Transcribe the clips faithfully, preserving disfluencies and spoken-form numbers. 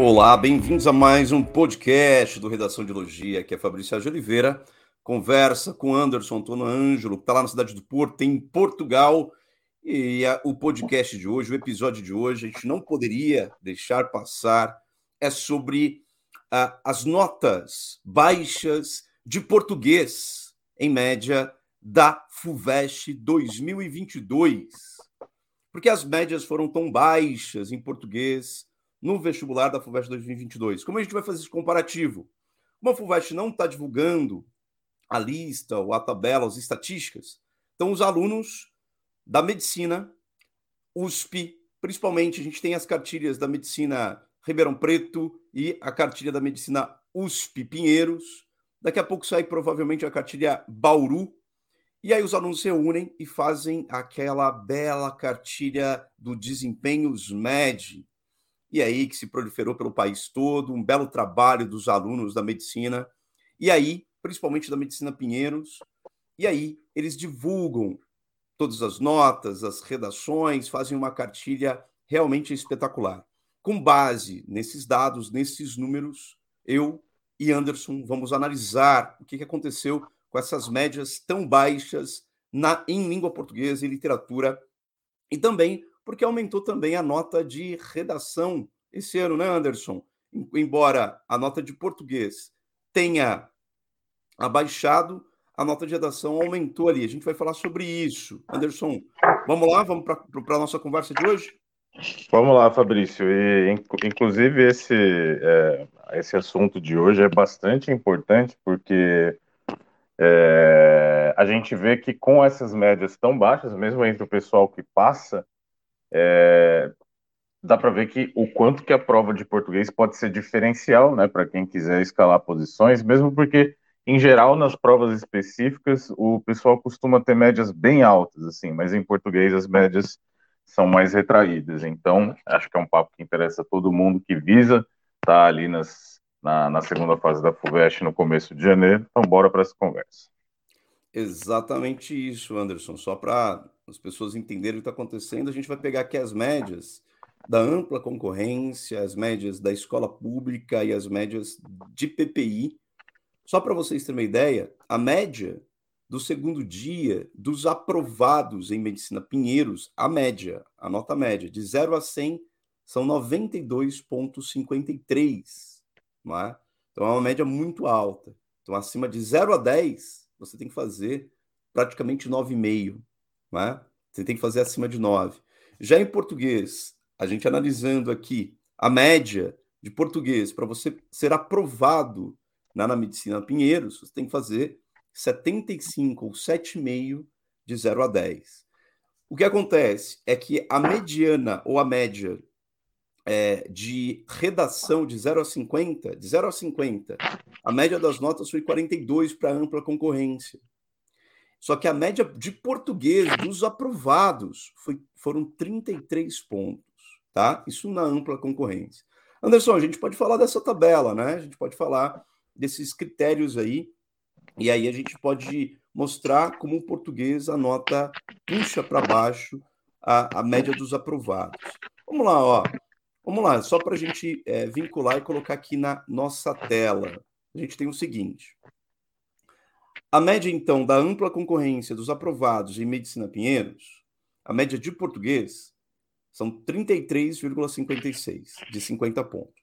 Olá, bem-vindos a mais um podcast do Redação de Logia, que é Fabrício Sérgio Oliveira, conversa com Anderson Antônio Ângelo, que está lá na cidade do Porto, em Portugal, e a, o podcast de hoje, o episódio de hoje, a gente não poderia deixar passar, é sobre ah, as notas baixas de português, em média, da FUVEST dois mil e vinte e dois. Porque as médias foram tão baixas em português no vestibular da FUVEST dois mil e vinte e dois. Como a gente vai fazer esse comparativo? Como a FUVEST não está divulgando a lista, ou a tabela, as estatísticas, então os alunos da medicina, U S P, principalmente a gente tem as cartilhas da medicina Ribeirão Preto e a cartilha da medicina U S P Pinheiros. Daqui a pouco sai provavelmente a cartilha Bauru. E aí os alunos se reúnem e fazem aquela bela cartilha do desempenhos médio. E aí que se proliferou pelo país todo, um belo trabalho dos alunos da medicina. E aí, principalmente da medicina Pinheiros, e aí eles divulgam todas as notas, as redações, fazem uma cartilha realmente espetacular. Com base nesses dados, nesses números, eu e Anderson vamos analisar o que aconteceu com essas médias tão baixas na, em língua portuguesa e literatura, e também porque aumentou também a nota de redação esse ano, né, Anderson? Embora a nota de português tenha abaixado, a nota de redação aumentou ali. A gente vai falar sobre isso. Anderson, vamos lá? Vamos para a nossa conversa de hoje? Vamos lá, Fabrício. E, inclusive, esse, é, esse assunto de hoje é bastante importante porque é, a gente vê que com essas médias tão baixas, mesmo entre o pessoal que passa, é, dá para ver que o quanto que a prova de português pode ser diferencial, né, para quem quiser escalar posições, mesmo porque, em geral, nas provas específicas, o pessoal costuma ter médias bem altas, assim, mas em português as médias são mais retraídas. Então, acho que é um papo que interessa a todo mundo que visa estar ali nas, na, na segunda fase da FUVEST no começo de janeiro. Então, bora para essa conversa. Exatamente isso, Anderson. Só para as pessoas entenderem o que está acontecendo, a gente vai pegar aqui as médias da ampla concorrência, as médias da escola pública e as médias de P P I. Só para vocês terem uma ideia, a média do segundo dia dos aprovados em medicina Pinheiros, a média, a nota média, de zero a cem, são noventa e dois vírgula cinquenta e três. Não é? Então é uma média muito alta. Então, acima de zero a dez, você tem que fazer praticamente nove vírgula cinco. Não é? Você tem que fazer acima de nove. Já em português, a gente analisando aqui a média de português para você ser aprovado na, na medicina Pinheiros, você tem que fazer setenta e cinco ou sete vírgula cinco de zero a dez. O que acontece é que a mediana ou a média é, de redação de zero a cinquenta, de zero a cinquenta, a média das notas foi quarenta e dois para ampla concorrência. Só que a média de português dos aprovados foi, foram trinta e três pontos, tá? Isso na ampla concorrência. Anderson, a gente pode falar dessa tabela, né? A gente pode falar desses critérios aí, e aí a gente pode mostrar como o português a nota puxa para baixo a, a média dos aprovados. Vamos lá, ó. Vamos lá, só para a gente é, vincular e colocar aqui na nossa tela. A gente tem o seguinte. A média, então, da ampla concorrência dos aprovados em Medicina Pinheiros, a média de português, são trinta e três vírgula cinquenta e seis, de cinquenta pontos.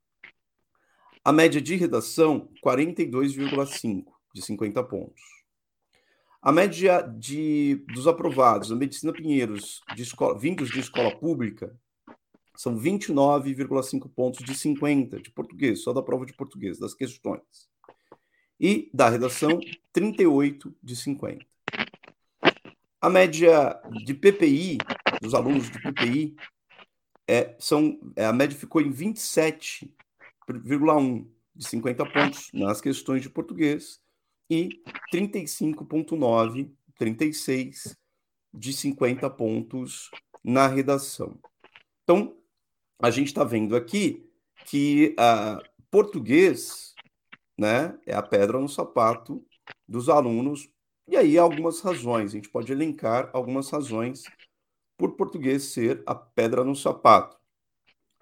A média de redação, quarenta e dois vírgula cinco, de cinquenta pontos. A média de, dos aprovados na Medicina Pinheiros, de escola, vindos de escola pública, são vinte e nove vírgula cinco pontos de cinquenta, de português, só da prova de português, das questões. E da redação, trinta e oito de cinquenta. A média de P P I, dos alunos de P P I, é, são, a média ficou em vinte e sete vírgula um de cinquenta pontos nas questões de português e trinta e cinco vírgula nove, trinta e seis de cinquenta pontos na redação. Então, a gente está vendo aqui que uh, português, né, é a pedra no sapato dos alunos, e aí algumas razões, a gente pode elencar algumas razões por português ser a pedra no sapato.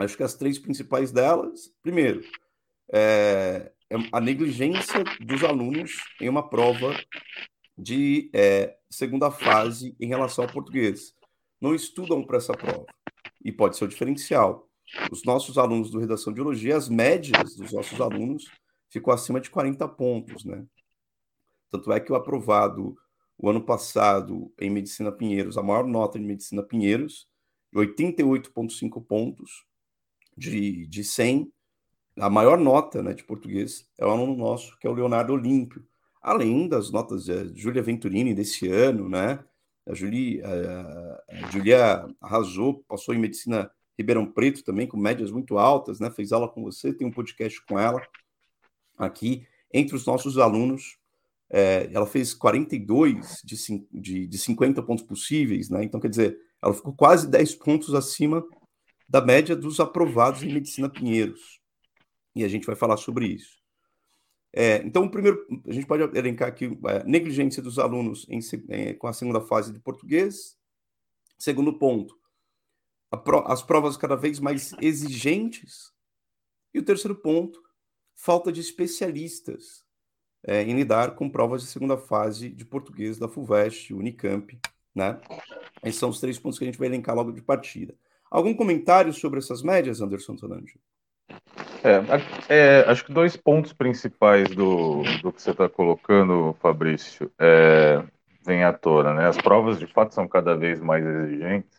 Acho que as três principais delas, primeiro, é, é a negligência dos alunos em uma prova de é, segunda fase em relação ao português. Não estudam para essa prova. E pode ser o diferencial. Os nossos alunos do Redação de Biologia, as médias dos nossos alunos ficou acima de quarenta pontos, né? Tanto é que o aprovado o ano passado em Medicina Pinheiros, a maior nota de Medicina Pinheiros, oitenta e oito vírgula cinco pontos de, de cem. A maior nota, né, de português é o aluno nosso, que é o Leonardo Olímpio. Além das notas de Júlia Venturini desse ano, né? A Júlia, a, a Júlia arrasou, passou em Medicina Ribeirão Preto também, com médias muito altas, né? Fez aula com você, tem um podcast com ela aqui. Entre os nossos alunos, é, ela fez quarenta e dois de, de, de cinquenta pontos possíveis, né? Então, quer dizer, ela ficou quase dez pontos acima da média dos aprovados em Medicina Pinheiros. E a gente vai falar sobre isso. É, então, primeiro, a gente pode elencar aqui a negligência dos alunos em, é, com a segunda fase de português. Segundo ponto, pro, as provas cada vez mais exigentes. E o terceiro ponto, falta de especialistas é, em lidar com provas de segunda fase de português da FUVEST, Unicamp, né? Esses são os três pontos que a gente vai elencar logo de partida. Algum comentário sobre essas médias, Anderson Tonangio? É, é, acho que dois pontos principais do, do que você está colocando, Fabrício, é, vem à tona, né? As provas, de fato, são cada vez mais exigentes,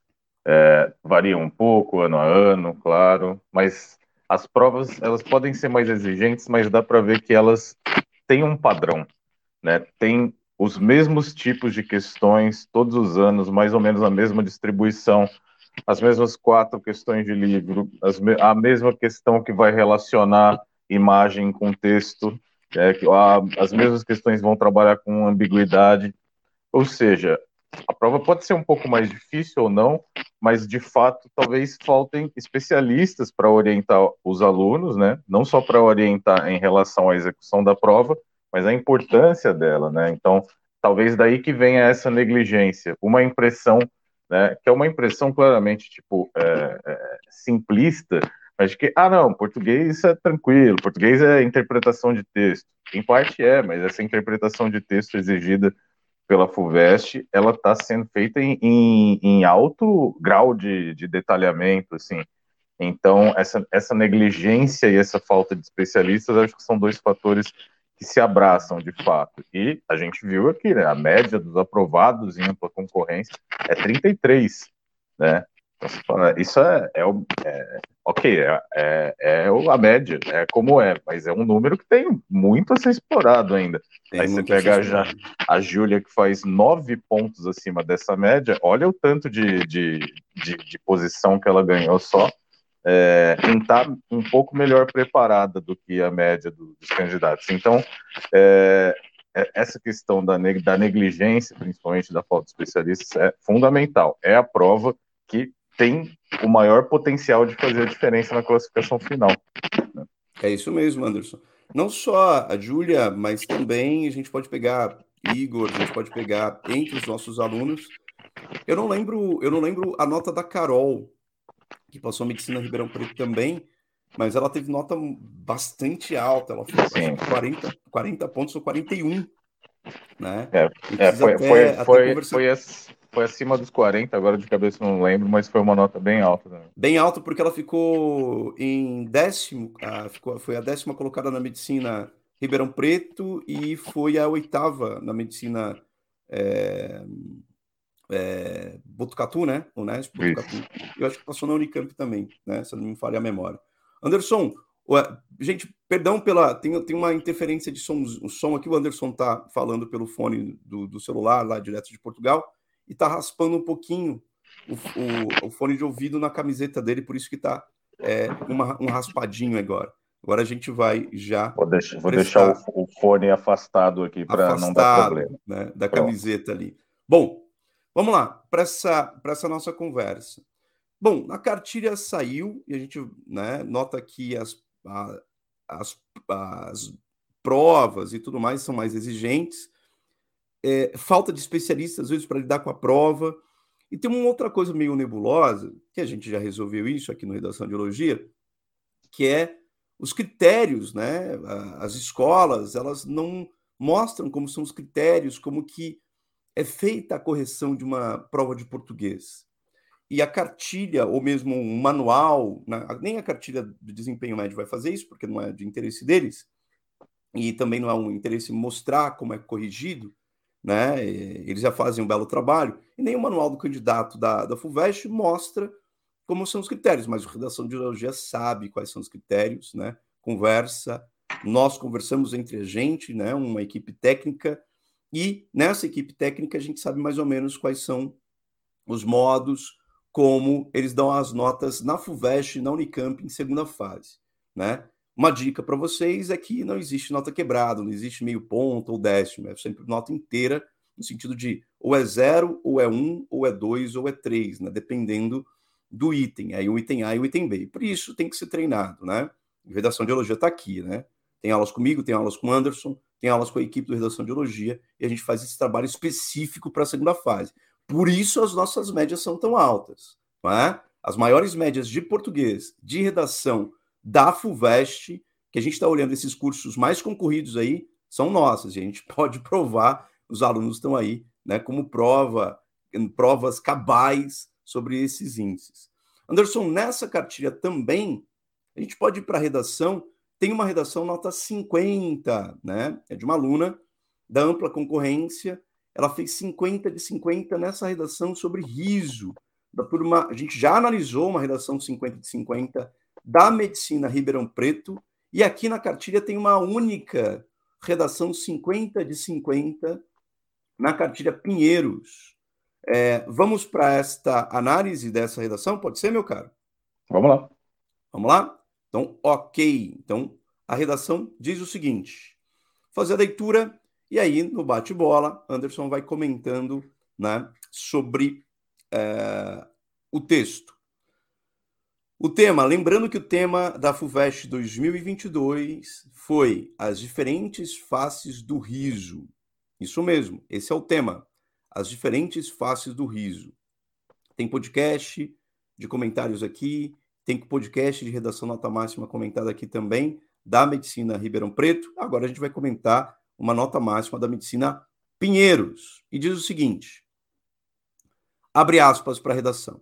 é, variam um pouco, ano a ano, claro, mas as provas, elas podem ser mais exigentes, mas dá para ver que elas têm um padrão, né? Tem os mesmos tipos de questões todos os anos, mais ou menos a mesma distribuição, as mesmas quatro questões de livro, as, a mesma questão que vai relacionar imagem com texto, é, a, as mesmas questões vão trabalhar com ambiguidade, ou seja, a prova pode ser um pouco mais difícil ou não, mas de fato talvez faltem especialistas para orientar os alunos, né? Não só para orientar em relação à execução da prova, mas a importância dela, né? Então, talvez daí que venha essa negligência, uma impressão, né? Que é uma impressão claramente tipo é, é, simplista, mas de que ah não, português é tranquilo, português é interpretação de texto. Em parte é, mas essa interpretação de texto exigida pela FUVEST, ela está sendo feita em, em, em alto grau de, de detalhamento, assim. Então, essa, essa negligência e essa falta de especialistas, acho que são dois fatores que se abraçam, de fato. E a gente viu aqui, né, a média dos aprovados em ampla concorrência é trinta e três, né? Então, você fala, isso é, é, é ok, é, é, é a média, é como é, mas é um número que tem muito a ser explorado ainda. Tem Aí você muito a ser pega já explorado. a Júlia, que faz nove pontos acima dessa média, olha o tanto de, de, de, de posição que ela ganhou só, é, em estar um pouco melhor preparada do que a média do, dos candidatos. Então, é, essa questão da, da negligência, principalmente da falta de especialistas, é fundamental. É a prova que tem o maior potencial de fazer a diferença na classificação final. Né? É isso mesmo, Anderson. Não só a Júlia, mas também a gente pode pegar Igor, a gente pode pegar entre os nossos alunos. Eu não lembro, eu não lembro a nota da Carol, que passou Medicina Ribeirão Preto também, mas ela teve nota bastante alta, ela foi, acho Sim. que quarenta, quarenta pontos ou quarenta e um, né? É, A gente é, precisa foi, até, foi, até foi, conversar. foi, foi acima dos quarenta, agora de cabeça não lembro, mas foi uma nota bem alta também. Bem alto, porque ela ficou em décimo, ah, ficou, foi a décima colocada na medicina Ribeirão Preto e foi a oitava na medicina é, é, Botucatu, né? Unesp, Botucatu. Isso. Eu acho que passou na Unicamp também, né? Se eu não me falha a memória. Anderson, ué, gente, perdão pela. Tem, tem uma interferência de som, o som aqui, o Anderson tá falando pelo fone do, do celular, lá direto de Portugal, e tá raspando um pouquinho o, o, o fone de ouvido na camiseta dele, por isso que tá é, uma, um raspadinho agora. Agora a gente vai já Vou deixar, vou deixar o, prestar o fone afastado aqui para não dar afastado, problema. né, da Pronto. camiseta ali. Bom, vamos lá, para essa, para essa nossa conversa. Bom, a cartilha saiu e a gente, né, nota que as, a, as, as provas e tudo mais são mais exigentes. É, falta de especialistas, às vezes, para lidar com a prova. E tem uma outra coisa meio nebulosa, que a gente já resolveu isso aqui no Redação de Elogia, que é os critérios, né? As escolas, elas não mostram como são os critérios, como que é feita a correção de uma prova de português. E a cartilha, ou mesmo um manual, né? Nem a cartilha de desempenho médio vai fazer isso, porque não é de interesse deles, e também não é um interesse mostrar como é corrigido, né? Eles já fazem um belo trabalho, e nem o manual do candidato da, da FUVEST mostra como são os critérios, mas a Redação de Ideologia sabe quais são os critérios, né? Conversa, nós conversamos entre a gente, né? Uma equipe técnica, e nessa equipe técnica a gente sabe mais ou menos quais são os modos, como eles dão as notas na FUVEST e na Unicamp em segunda fase, né? Uma dica para vocês é que não existe nota quebrada, não existe meio ponto ou décimo, é sempre nota inteira, no sentido de ou é zero, ou é um, ou é dois, ou é três, né? Dependendo do item, aí o item A e o item B. Por isso tem que ser treinado, né? A Redação de Elogia está aqui, né? Tem aulas comigo, tem aulas com o Anderson, tem aulas com a equipe do Redação de Elogia, e a gente faz esse trabalho específico para a segunda fase. Por isso as nossas médias são tão altas, não é? As maiores médias de português, de redação da FUVEST, que a gente está olhando esses cursos mais concorridos aí, são nossas, e a gente pode provar, os alunos estão aí, né, como prova, provas cabais sobre esses índices. Anderson, nessa cartilha também, a gente pode ir para a redação, tem uma redação nota cinquenta, né? É de uma aluna da ampla concorrência, ela fez cinquenta de cinquenta nessa redação sobre riso, da turma, a gente já analisou uma redação cinquenta de cinquenta da Medicina Ribeirão Preto, e aqui na cartilha tem uma única redação cinquenta de cinquenta na cartilha Pinheiros. É, vamos para esta análise dessa redação? Pode ser, meu caro? Vamos lá. Vamos lá? Então, ok. Então, a redação diz o seguinte: fazer a leitura, e aí, no bate-bola, Anderson vai comentando, né, sobre é, o texto. O tema, lembrando que o tema da FUVEST dois mil e vinte e dois foi as diferentes faces do riso. Isso mesmo, esse é o tema, as diferentes faces do riso. Tem podcast de comentários aqui, tem podcast de redação nota máxima comentada aqui também, da Medicina Ribeirão Preto. Agora a gente vai comentar uma nota máxima da Medicina Pinheiros. E diz o seguinte, abre aspas para a redação.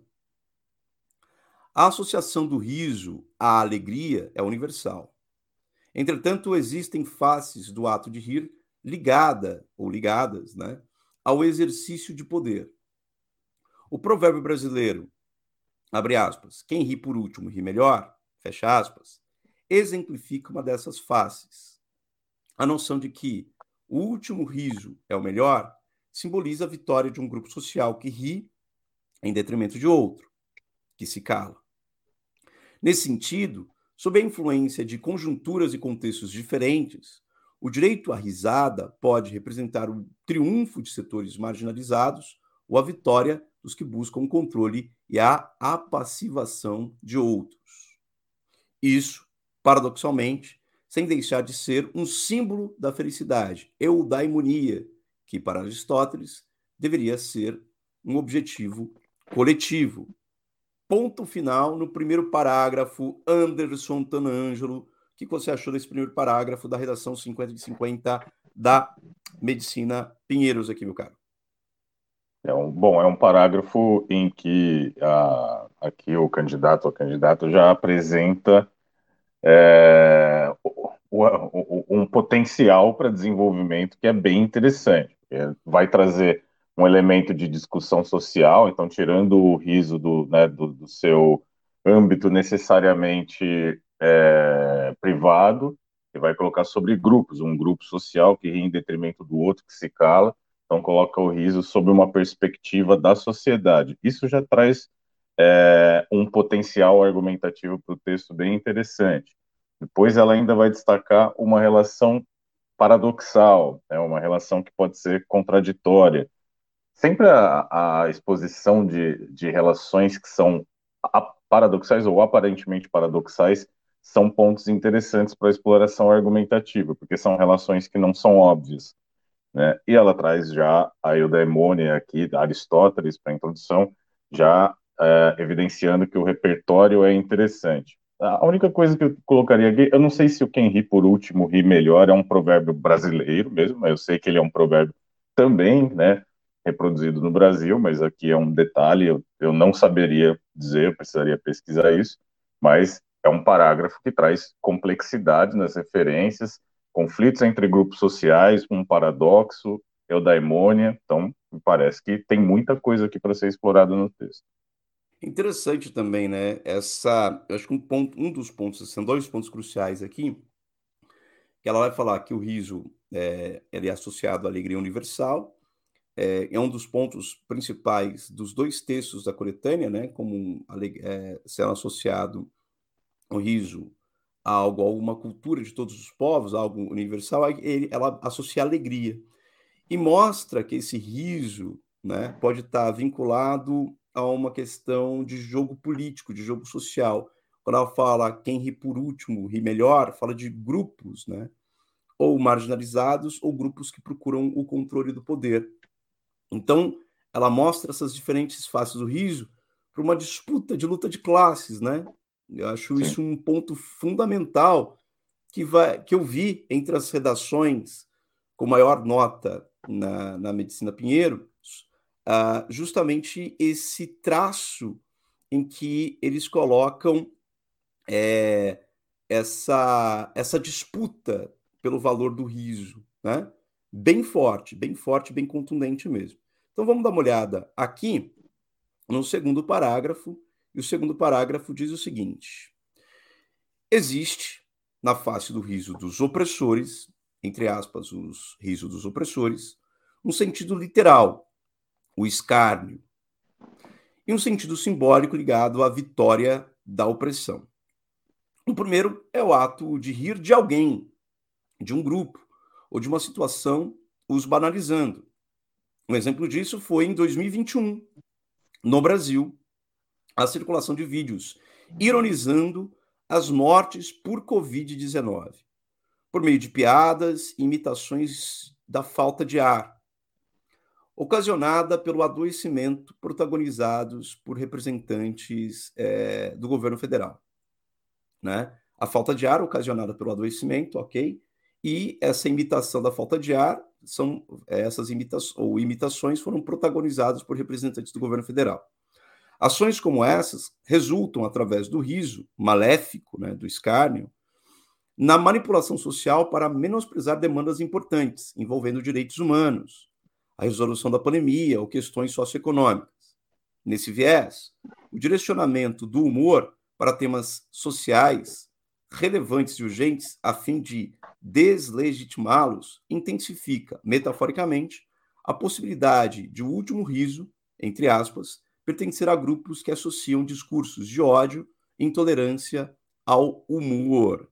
A associação do riso à alegria é universal. Entretanto, existem faces do ato de rir ligada ou ligadas, né, ao exercício de poder. O provérbio brasileiro, abre aspas, quem ri por último ri melhor, fecha aspas, exemplifica uma dessas faces. A noção de que o último riso é o melhor simboliza a vitória de um grupo social que ri em detrimento de outro, que se cala. Nesse sentido, sob a influência de conjunturas e contextos diferentes, o direito à risada pode representar o triunfo de setores marginalizados ou a vitória dos que buscam o controle e a apassivação de outros. Isso, paradoxalmente, sem deixar de ser um símbolo da felicidade, eudaimonia, que para Aristóteles deveria ser um objetivo coletivo. Ponto final no primeiro parágrafo, Anderson Tanangelo. O que você achou desse primeiro parágrafo da redação cinquenta de cinquenta da Medicina Pinheiros aqui, meu caro? É um, bom, é um parágrafo em que a, aqui o candidato ou candidato já apresenta é, o, o, um potencial para desenvolvimento que é bem interessante. Vai trazer um elemento de discussão social, então tirando o riso do, né, do, do seu âmbito necessariamente é, privado, e vai colocar sobre grupos, um grupo social que ri em detrimento do outro, que se cala, então coloca o riso sob uma perspectiva da sociedade. Isso já traz é, um potencial argumentativo para o texto bem interessante. Depois ela ainda vai destacar uma relação paradoxal, né, uma relação que pode ser contraditória. Sempre a, a exposição de, de relações que são paradoxais ou aparentemente paradoxais são pontos interessantes para a exploração argumentativa, porque são relações que não são óbvias. né? E ela traz já a eudaimonia aqui, Aristóteles, para a introdução, já é, evidenciando que o repertório é interessante. A única coisa que eu colocaria aqui, eu não sei se o quem ri por último ri melhor é um provérbio brasileiro mesmo, mas eu sei que ele é um provérbio também, né, reproduzido no Brasil, mas aqui é um detalhe, eu, eu não saberia dizer, eu precisaria pesquisar isso, mas é um parágrafo que traz complexidade nas referências, conflitos entre grupos sociais, um paradoxo, eudaimonia, então me parece que tem muita coisa aqui para ser explorada no texto. Interessante também, né? Essa, eu acho que um ponto, um dos pontos, são dois pontos cruciais aqui, que ela vai falar que o riso é, ele é associado à alegria universal, é, é um dos pontos principais dos dois textos da coletânea, né? Como um, é, sendo associado o riso a algo, a uma cultura de todos os povos, algo universal, ele, ela associa alegria e mostra que esse riso, né, pode estar vinculado a uma questão de jogo político, de jogo social. Quando ela fala quem ri por último ri melhor, fala de grupos, né, ou marginalizados ou grupos que procuram o controle do poder. Então, ela mostra essas diferentes faces do riso para uma disputa de luta de classes, né? Eu acho Sim. isso um ponto fundamental que, vai, que eu vi entre as redações com maior nota na, na Medicina Pinheiro, uh, justamente esse traço em que eles colocam é, essa, essa disputa pelo valor do riso, né? Bem forte, bem forte, bem contundente mesmo. Então vamos dar uma olhada aqui no segundo parágrafo, e o segundo parágrafo diz o seguinte: existe, na face do riso dos opressores, entre aspas, os risos dos opressores, um sentido literal, o escárnio, e um sentido simbólico ligado à vitória da opressão. O primeiro é o ato de rir de alguém, de um grupo, ou de uma situação, os banalizando. Um exemplo disso foi em dois mil e vinte e um, no Brasil, a circulação de vídeos ironizando as mortes por covid dezenove, por meio de piadas e imitações da falta de ar, ocasionada pelo adoecimento protagonizados por representantes é, do governo federal. Né? A falta de ar ocasionada pelo adoecimento, ok? E essa imitação da falta de ar, são essas imitações, ou imitações foram protagonizadas por representantes do governo federal. Ações como essas resultam, através do riso maléfico, né, do escárnio, na manipulação social para menosprezar demandas importantes, envolvendo direitos humanos, a resolução da pandemia ou questões socioeconômicas. Nesse viés, o direcionamento do humor para temas sociais relevantes e urgentes, a fim de deslegitimá-los, intensifica, metaforicamente, a possibilidade de o último riso, entre aspas, pertencer a grupos que associam discursos de ódio e intolerância ao humor.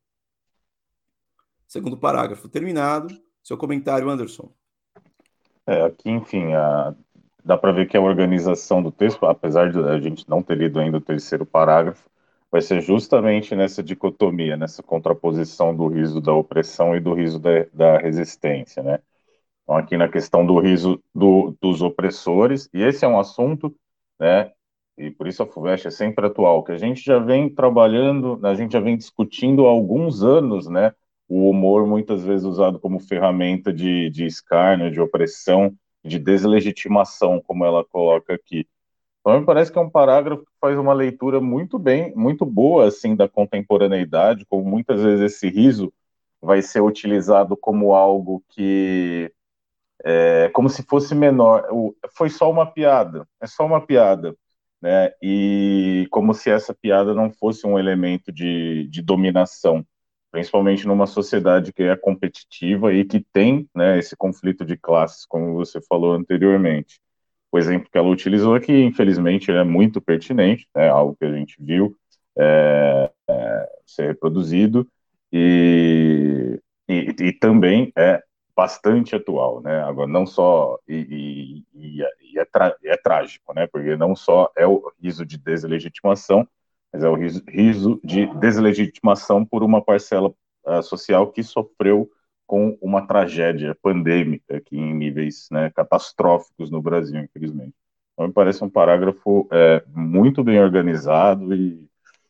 Segundo parágrafo terminado. Seu comentário, Anderson. É, aqui, enfim, a, dá para ver que a organização do texto, apesar de a gente não ter lido ainda o terceiro parágrafo, vai ser justamente nessa dicotomia, nessa contraposição do riso da opressão e do riso da, da resistência, né? Então, aqui na questão do riso do, dos opressores, e esse é um assunto, né? E por isso a FUVEST é sempre atual, que a gente já vem trabalhando, a gente já vem discutindo há alguns anos, né? O humor muitas vezes usado como ferramenta de, de escárnio, de opressão, de deslegitimação, como ela coloca aqui. Então, me parece que é um parágrafo que faz uma leitura muito bem, muito boa, assim, da contemporaneidade, como muitas vezes esse riso vai ser utilizado como algo que é como se fosse menor. Foi só uma piada, é só uma piada, né? E como se essa piada não fosse um elemento de, de dominação, principalmente numa sociedade que é competitiva e que tem, né, esse conflito de classes, como você falou anteriormente. O exemplo que ela utilizou aqui, infelizmente, ele é muito pertinente, é algo que a gente viu é, é, ser reproduzido e, e, e também é bastante atual, né? Agora, não só e, e, e é, tra, é, trágico, né? Porque não só é o riso de deslegitimação, mas é o riso, riso de deslegitimação por uma parcela uh, social que sofreu com uma tragédia pandêmica aqui em níveis, né, catastróficos no Brasil, infelizmente. Então, me parece um parágrafo é, muito bem organizado e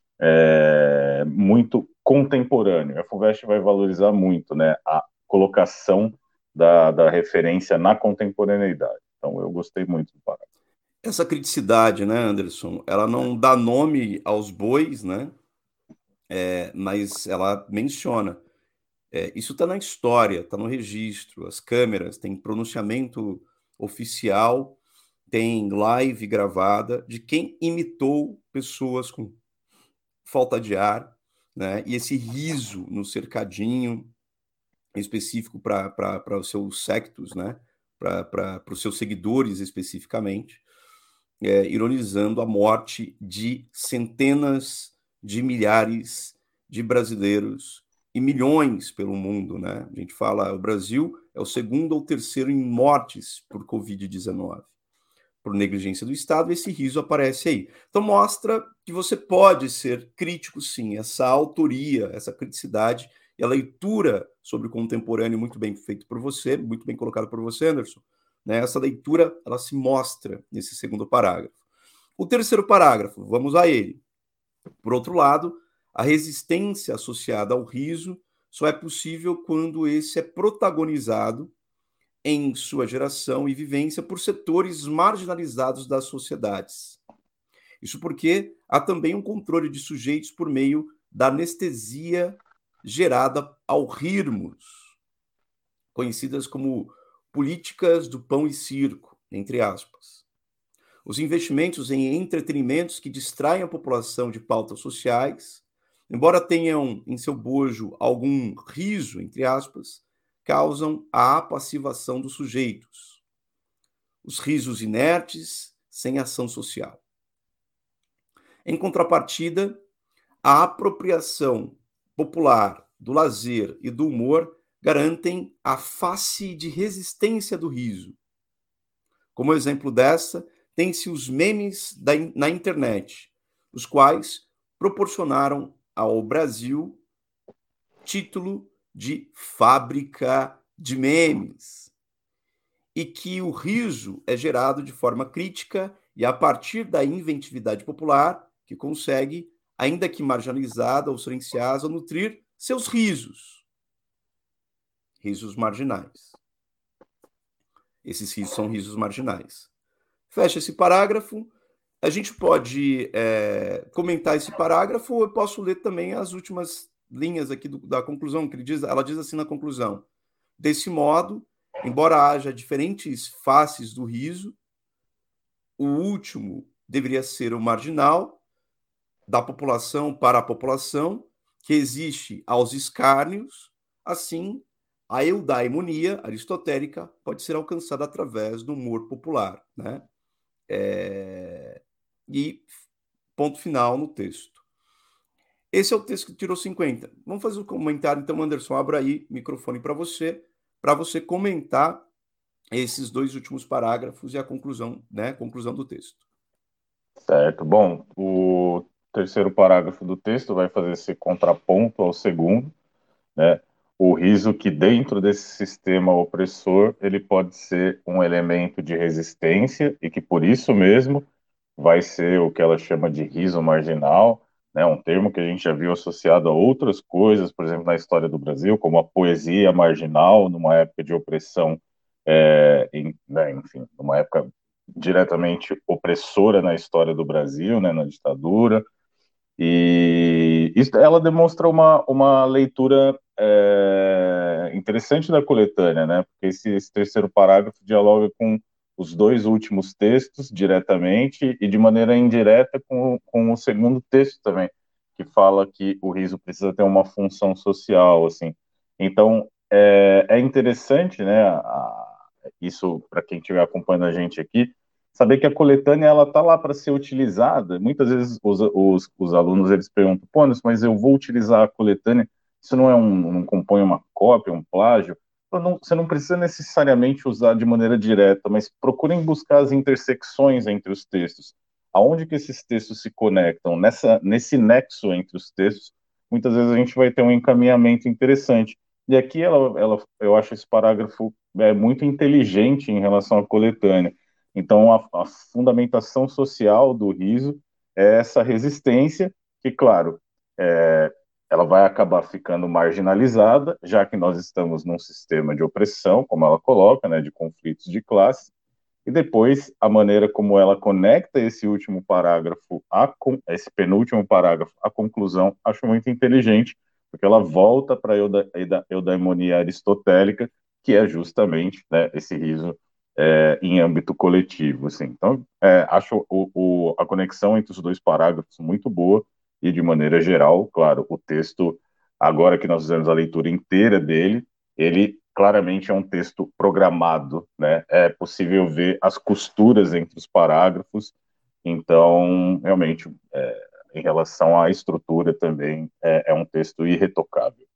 é, muito contemporâneo. A FUVEST vai valorizar muito, né, a colocação da, da referência na contemporaneidade. Então, eu gostei muito do parágrafo. Essa criticidade, né, Anderson, ela não dá nome aos bois, né? É, mas ela menciona. É, isso está na história, está no registro, as câmeras, tem pronunciamento oficial, tem live gravada de quem imitou pessoas com falta de ar, né? E esse riso no cercadinho específico para os seus sectos, né? Para os seus seguidores especificamente, é, ironizando a morte de centenas de milhares de brasileiros e milhões pelo mundo, né? A gente fala, o Brasil é o segundo ou terceiro em mortes por covid dezenove, por negligência do Estado, esse riso aparece aí. Então mostra que você pode ser crítico, sim, essa autoria, essa criticidade e a leitura sobre o contemporâneo muito bem feito por você, muito bem colocado por você, Anderson, né? Essa leitura, ela se mostra nesse segundo parágrafo. O terceiro parágrafo, vamos a ele. Por outro lado, a resistência associada ao riso só é possível quando esse é protagonizado em sua geração e vivência por setores marginalizados das sociedades. Isso porque há também um controle de sujeitos por meio da anestesia gerada ao rirmos, conhecidas como políticas do pão e circo, entre aspas. Os investimentos em entretenimentos que distraem a população de pautas sociais, embora tenham em seu bojo algum riso, entre aspas, causam a apassivação dos sujeitos. Os risos inertes, sem ação social. Em contrapartida, a apropriação popular do lazer e do humor garantem a face de resistência do riso. Como exemplo dessa, tem-se os memes da, na internet, os quais proporcionaram ao Brasil título de fábrica de memes, e que o riso é gerado de forma crítica e a partir da inventividade popular, que consegue, ainda que marginalizada ou silenciada, nutrir seus risos, risos marginais. Esses risos são risos marginais. Fecha esse parágrafo. A gente pode é, comentar esse parágrafo, ou eu posso ler também as últimas linhas aqui do, da conclusão, que ele diz, ela diz assim na conclusão: desse modo, embora haja diferentes faces do riso, o último deveria ser o marginal, da população para a população, que existe aos escárnios, assim, a eudaimonia aristotélica pode ser alcançada através do humor popular, né? É... E ponto final no texto. Esse é o texto que tirou cinquenta. Vamos fazer o um comentário, então, Anderson, abra aí o microfone para você, para você comentar esses dois últimos parágrafos e a conclusão, né? Conclusão do texto. Certo. Bom, o terceiro parágrafo do texto vai fazer esse contraponto ao segundo, né? O riso que dentro desse sistema opressor ele pode ser um elemento de resistência e que por isso mesmo vai ser o que ela chama de riso marginal, né? Um termo que a gente já viu associado a outras coisas, por exemplo, na história do Brasil, como a poesia marginal, numa época de opressão, é, em, né, enfim, numa época diretamente opressora na história do Brasil, né, na ditadura. E isso, ela demonstra uma, uma leitura é, interessante da coletânea, né? Porque esse, esse terceiro parágrafo dialoga com os dois últimos textos diretamente e de maneira indireta com, com o segundo texto também, que fala que o riso precisa ter uma função social, assim. Então, é, é interessante, né? A, isso, para quem estiver acompanhando a gente aqui, saber que a coletânea ela tá lá para ser utilizada. Muitas vezes os, os, os alunos eles perguntam, pô, mas eu vou utilizar a coletânea, isso não é um, não compõe uma cópia, um plágio? Não, você não precisa necessariamente usar de maneira direta, mas procurem buscar as intersecções entre os textos. Aonde que esses textos se conectam? Nessa, nesse nexo entre os textos, muitas vezes a gente vai ter um encaminhamento interessante. E aqui ela, ela, eu acho esse parágrafo é, muito inteligente em relação à coletânea. Então, a, a fundamentação social do riso é essa resistência, que, claro, é, ela vai acabar ficando marginalizada, já que nós estamos num sistema de opressão, como ela coloca, né, de conflitos de classe, e depois a maneira como ela conecta esse último parágrafo, a, esse penúltimo parágrafo, à conclusão, acho muito inteligente, porque ela volta para a eudaimonia aristotélica, que é justamente, né, esse riso é, em âmbito coletivo. Assim. Então, é, acho o, o, a conexão entre os dois parágrafos muito boa, e de maneira geral, claro, o texto, agora que nós fizemos a leitura inteira dele, ele claramente é um texto programado, né? É possível ver as costuras entre os parágrafos, então, realmente, é, em relação à estrutura também, é, é um texto irretocável.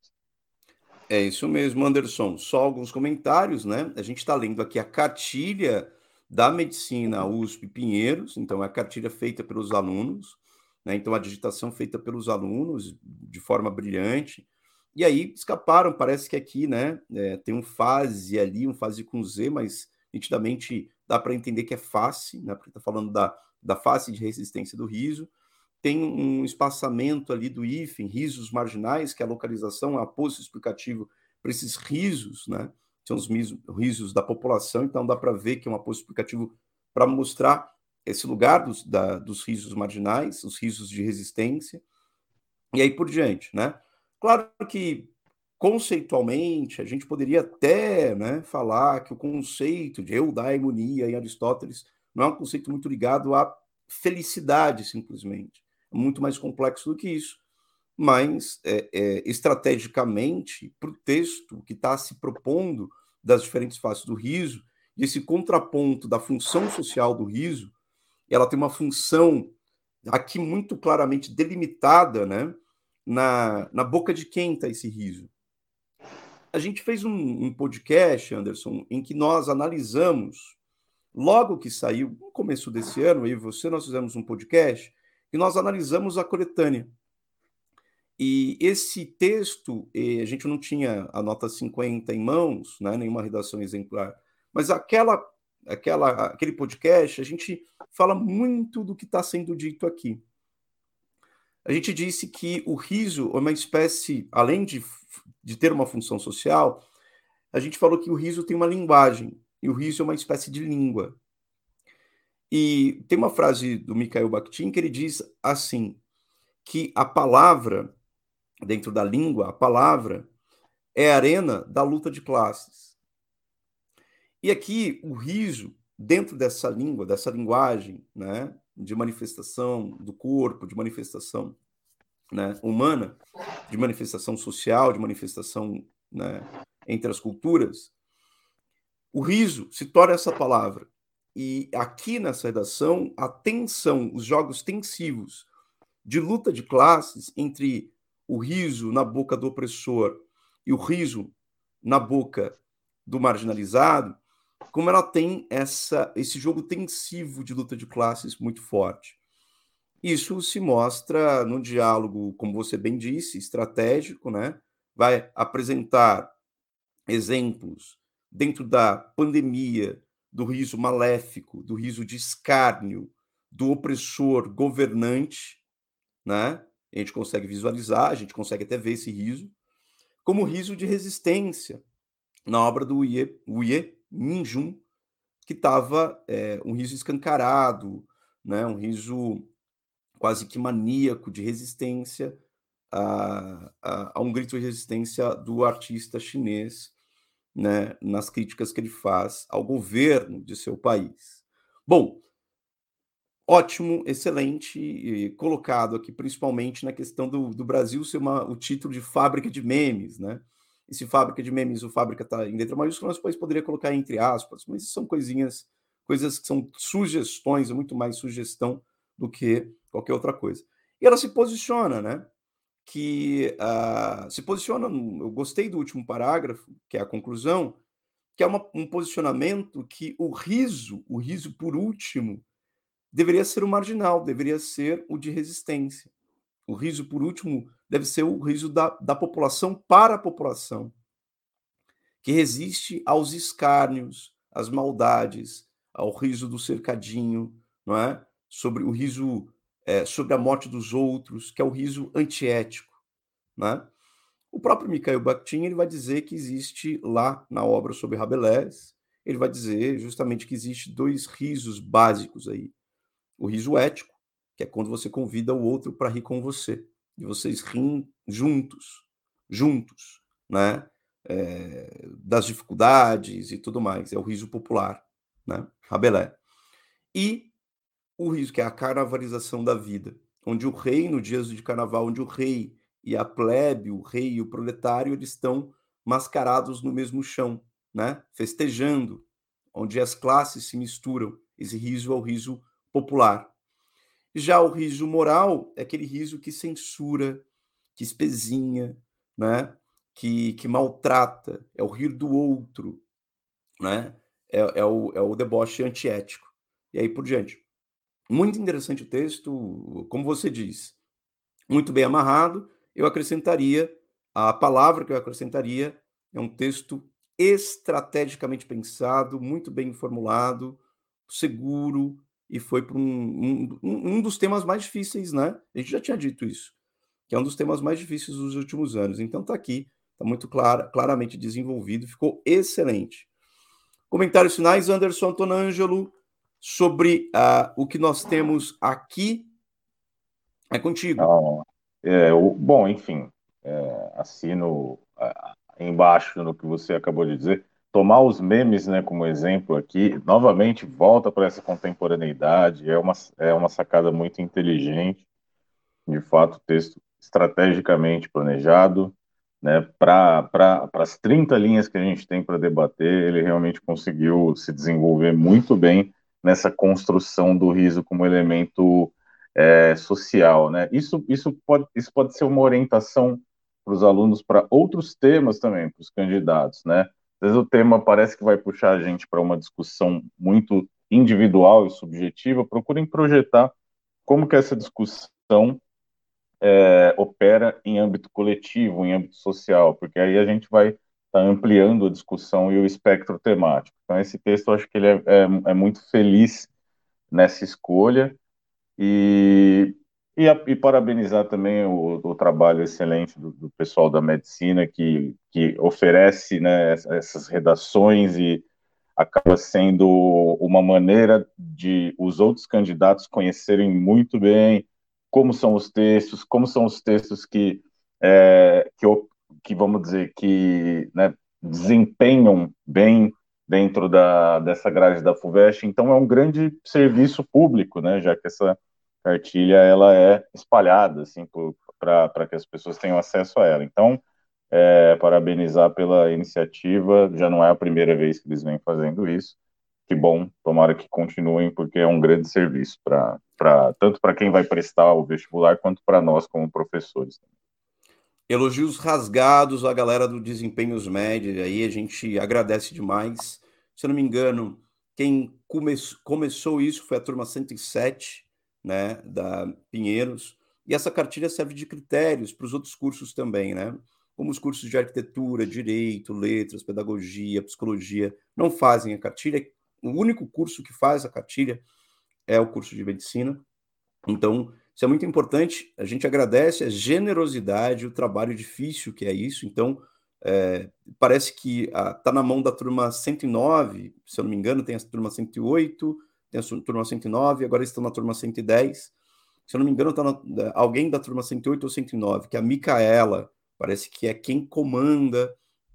É isso mesmo, Anderson. Só alguns comentários, né? A gente está lendo aqui a cartilha da medicina U S P Pinheiros, então é a cartilha feita pelos alunos, né? Então a digitação feita pelos alunos de forma brilhante. E aí escaparam, parece que aqui, né? É, tem um fase ali, um fase com Z, mas nitidamente dá para entender que é face, né? Porque está falando da, da face de resistência do riso. Tem um espaçamento ali do hífen, risos marginais, que é a localização, a aposto explicativo para esses risos, né? São os risos da população, então dá para ver que é um aposto explicativo para mostrar esse lugar dos, da, dos risos marginais, os risos de resistência, e aí por diante, né? Claro que conceitualmente a gente poderia até, né, falar que o conceito de eudaimonia em Aristóteles não é um conceito muito ligado à felicidade, simplesmente. É muito mais complexo do que isso. Mas, é, é, estrategicamente, para o texto que está se propondo das diferentes faces do riso, e esse contraponto da função social do riso, ela tem uma função aqui muito claramente delimitada, né, na, na boca de quem está esse riso. A gente fez um, um podcast, Anderson, em que nós analisamos, logo que saiu, no começo desse ano, eu e você, nós fizemos um podcast e nós analisamos a coletânea. E esse texto, a gente não tinha a nota cinquenta em mãos, né, nenhuma redação exemplar, mas aquela, aquela, aquele podcast, a gente fala muito do que está sendo dito aqui. A gente disse que o riso é uma espécie, além de, de ter uma função social, a gente falou que o riso tem uma linguagem, e o riso é uma espécie de língua. E tem uma frase do Mikhail Bakhtin que ele diz assim, que a palavra, dentro da língua, a palavra é a arena da luta de classes. E aqui, o riso, dentro dessa língua, dessa linguagem, né, de manifestação do corpo, de manifestação, né, humana, de manifestação social, de manifestação, né, entre as culturas, o riso se torna essa palavra. E aqui nessa redação, a tensão, os jogos tensivos de luta de classes entre o riso na boca do opressor e o riso na boca do marginalizado, como ela tem essa, esse jogo tensivo de luta de classes muito forte. Isso se mostra no diálogo, como você bem disse, estratégico, né? Vai apresentar exemplos dentro da pandemia do riso maléfico, do riso de escárnio, do opressor governante, né? A gente consegue visualizar, a gente consegue até ver esse riso, como riso de resistência, na obra do Uye, Uye Minjun, que estava é, um riso escancarado, né? Um riso quase que maníaco de resistência a, a, a um grito de resistência do artista chinês, né, nas críticas que ele faz ao governo de seu país. Bom, ótimo, excelente, colocado aqui, principalmente na questão do, do Brasil ser uma, o título de fábrica de memes, né? Esse fábrica de memes, o fábrica está em letra maiúscula, mas depois poderia colocar entre aspas, mas são coisinhas, coisas que são sugestões, é muito mais sugestão do que qualquer outra coisa. E ela se posiciona, né? Que uh, se posiciona, no, eu gostei do último parágrafo, que é a conclusão, que é uma, um posicionamento que o riso, o riso por último, deveria ser o marginal, deveria ser o de resistência. O riso, por último, deve ser o riso da, da população para a população. que resiste aos escárnios, às maldades, ao riso do cercadinho, não é? Sobre o riso é, sobre a morte dos outros, que é o riso antiético, né? O próprio Mikhail Bakhtin ele vai dizer que existe lá na obra sobre Rabelais, ele vai dizer justamente que existe dois risos básicos aí. O riso ético, que é quando você convida o outro para rir com você, e vocês riem juntos, juntos, né? É, das dificuldades e tudo mais. É o riso popular, né? Rabelais. E o riso, que é a carnavalização da vida, onde o rei, no dias de carnaval, onde o rei e a plebe, o rei e o proletário, eles estão mascarados no mesmo chão, né? Festejando, onde as classes se misturam. Esse riso é o riso popular. Já o riso moral é aquele riso que censura, que espezinha, né? que, que maltrata, é o rir do outro, né? é, é, o, é o deboche antiético. E aí por diante. Muito interessante o texto, como você diz, muito bem amarrado. Eu acrescentaria, a palavra que eu acrescentaria é um texto estrategicamente pensado, muito bem formulado, seguro, e foi para um, um, um dos temas mais difíceis, né? A gente já tinha dito isso, que é um dos temas mais difíceis dos últimos anos. Então está aqui, está muito clara, claramente desenvolvido, ficou excelente. Comentários finais, Anderson Antonângelo, sobre uh, o que nós temos aqui. É contigo. Não, é, o, bom, enfim, é, assino ah, embaixo no que você acabou de dizer. Tomar os memes, né, como exemplo aqui, novamente volta para essa contemporaneidade, é uma, é uma sacada muito inteligente, de fato, texto estrategicamente planejado, né, para para as trinta linhas que a gente tem para debater, ele realmente conseguiu se desenvolver muito bem nessa construção do riso como elemento é, social, né? Isso, isso, pode, isso pode ser uma orientação para os alunos para outros temas também, para os candidatos, né? Às vezes o tema parece que vai puxar a gente para uma discussão muito individual e subjetiva, procurem projetar como que essa discussão é, opera em âmbito coletivo, em âmbito social, porque aí a gente vai estar tá ampliando a discussão e o espectro temático. Então, esse texto eu acho que ele é, é, é muito feliz nessa escolha e, e, a, e parabenizar também o, o trabalho excelente do, do pessoal da medicina que, que oferece, né, essas redações e acaba sendo uma maneira de os outros candidatos conhecerem muito bem como são os textos, como são os textos que, é, que, que vamos dizer, que né, desempenham bem dentro da, dessa grade da FUVEST. Então, é um grande serviço público, né, já que essa cartilha ela é espalhada assim, para que as pessoas tenham acesso a ela. Então, é, parabenizar pela iniciativa, já não é a primeira vez que eles vêm fazendo isso. Que bom, tomara que continuem, porque é um grande serviço para tanto para quem vai prestar o vestibular quanto para nós como professores. Elogios rasgados à galera do Desempenhos Médios, aí a gente agradece demais. Se eu não me engano, quem come começou isso foi a turma cento e sete, né, da Pinheiros, e essa cartilha serve de critérios para os outros cursos também, né? Como os cursos de arquitetura, direito, letras, pedagogia, psicologia, não fazem a cartilha. O único curso que faz a cartilha é o curso de medicina. Então, isso é muito importante. A gente agradece a generosidade, o trabalho difícil que é isso. Então, é, parece que está na mão da turma cento e nove, se eu não me engano, tem a turma cento e oito, tem a turma cento e nove, agora estão na turma cento e dez. Se eu não me engano, está alguém da turma cento e oito ou cento e nove, que é a Micaela, parece que é quem comanda,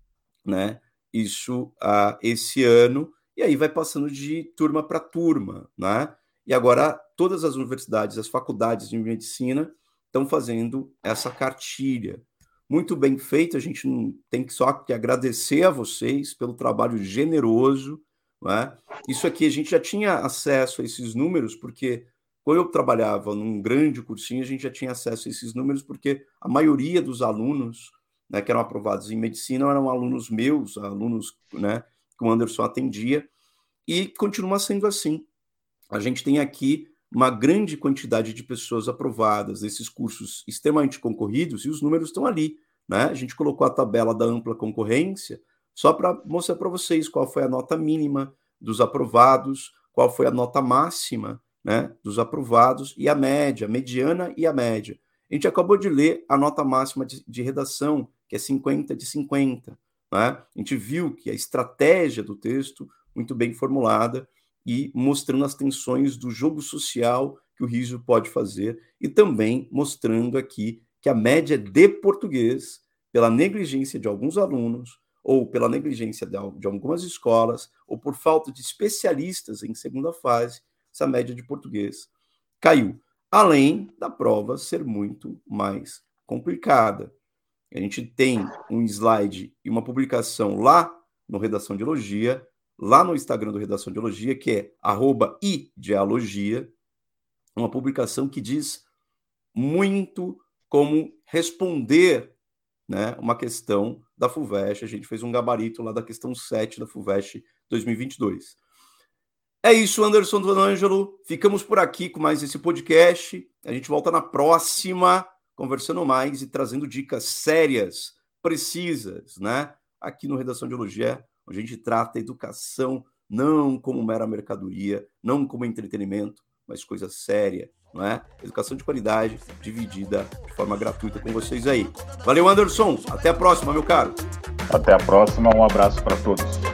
né, isso uh, esse ano, e aí vai passando de turma para turma, né? E agora todas as universidades, as faculdades de medicina estão fazendo essa cartilha. Muito bem feito, a gente não tem que só que agradecer a vocês pelo trabalho generoso, né? Isso aqui a gente já tinha acesso a esses números, porque quando eu trabalhava num grande cursinho, a gente já tinha acesso a esses números, porque a maioria dos alunos, né, que eram aprovados em medicina eram alunos meus, alunos, né, que o Anderson atendia, e continua sendo assim. A gente tem aqui uma grande quantidade de pessoas aprovadas nesses cursos extremamente concorridos, e os números estão ali, né? A gente colocou a tabela da ampla concorrência só para mostrar para vocês qual foi a nota mínima dos aprovados, qual foi a nota máxima, né, dos aprovados e a média, a mediana e a média. A gente acabou de ler a nota máxima de, de redação, que é cinquenta de cinquenta. Né? A gente viu que a estratégia do texto, muito bem formulada, e mostrando as tensões do jogo social que o riso pode fazer, e também mostrando aqui que a média de português, pela negligência de alguns alunos, ou pela negligência de, de algumas escolas, ou por falta de especialistas em segunda fase, essa média de português caiu. Além da prova ser muito mais complicada. A gente tem um slide e uma publicação lá no Redação de Elogia, lá no Instagram do Redação de Elogia, que é arroba idealogia, uma publicação que diz muito como responder, né, uma questão da FUVEST. A gente fez um gabarito lá da questão sete da FUVEST dois mil e vinte e dois. É isso, Anderson do Ângelo. Ficamos por aqui com mais esse podcast. A gente volta na próxima, conversando mais e trazendo dicas sérias, precisas, né? Aqui no Redação de Elogia, onde a gente trata a educação não como mera mercadoria, não como entretenimento, mas coisa séria, não é? Educação de qualidade, dividida de forma gratuita com vocês aí. Valeu, Anderson. Até a próxima, meu caro. Até a próxima. Um abraço para todos.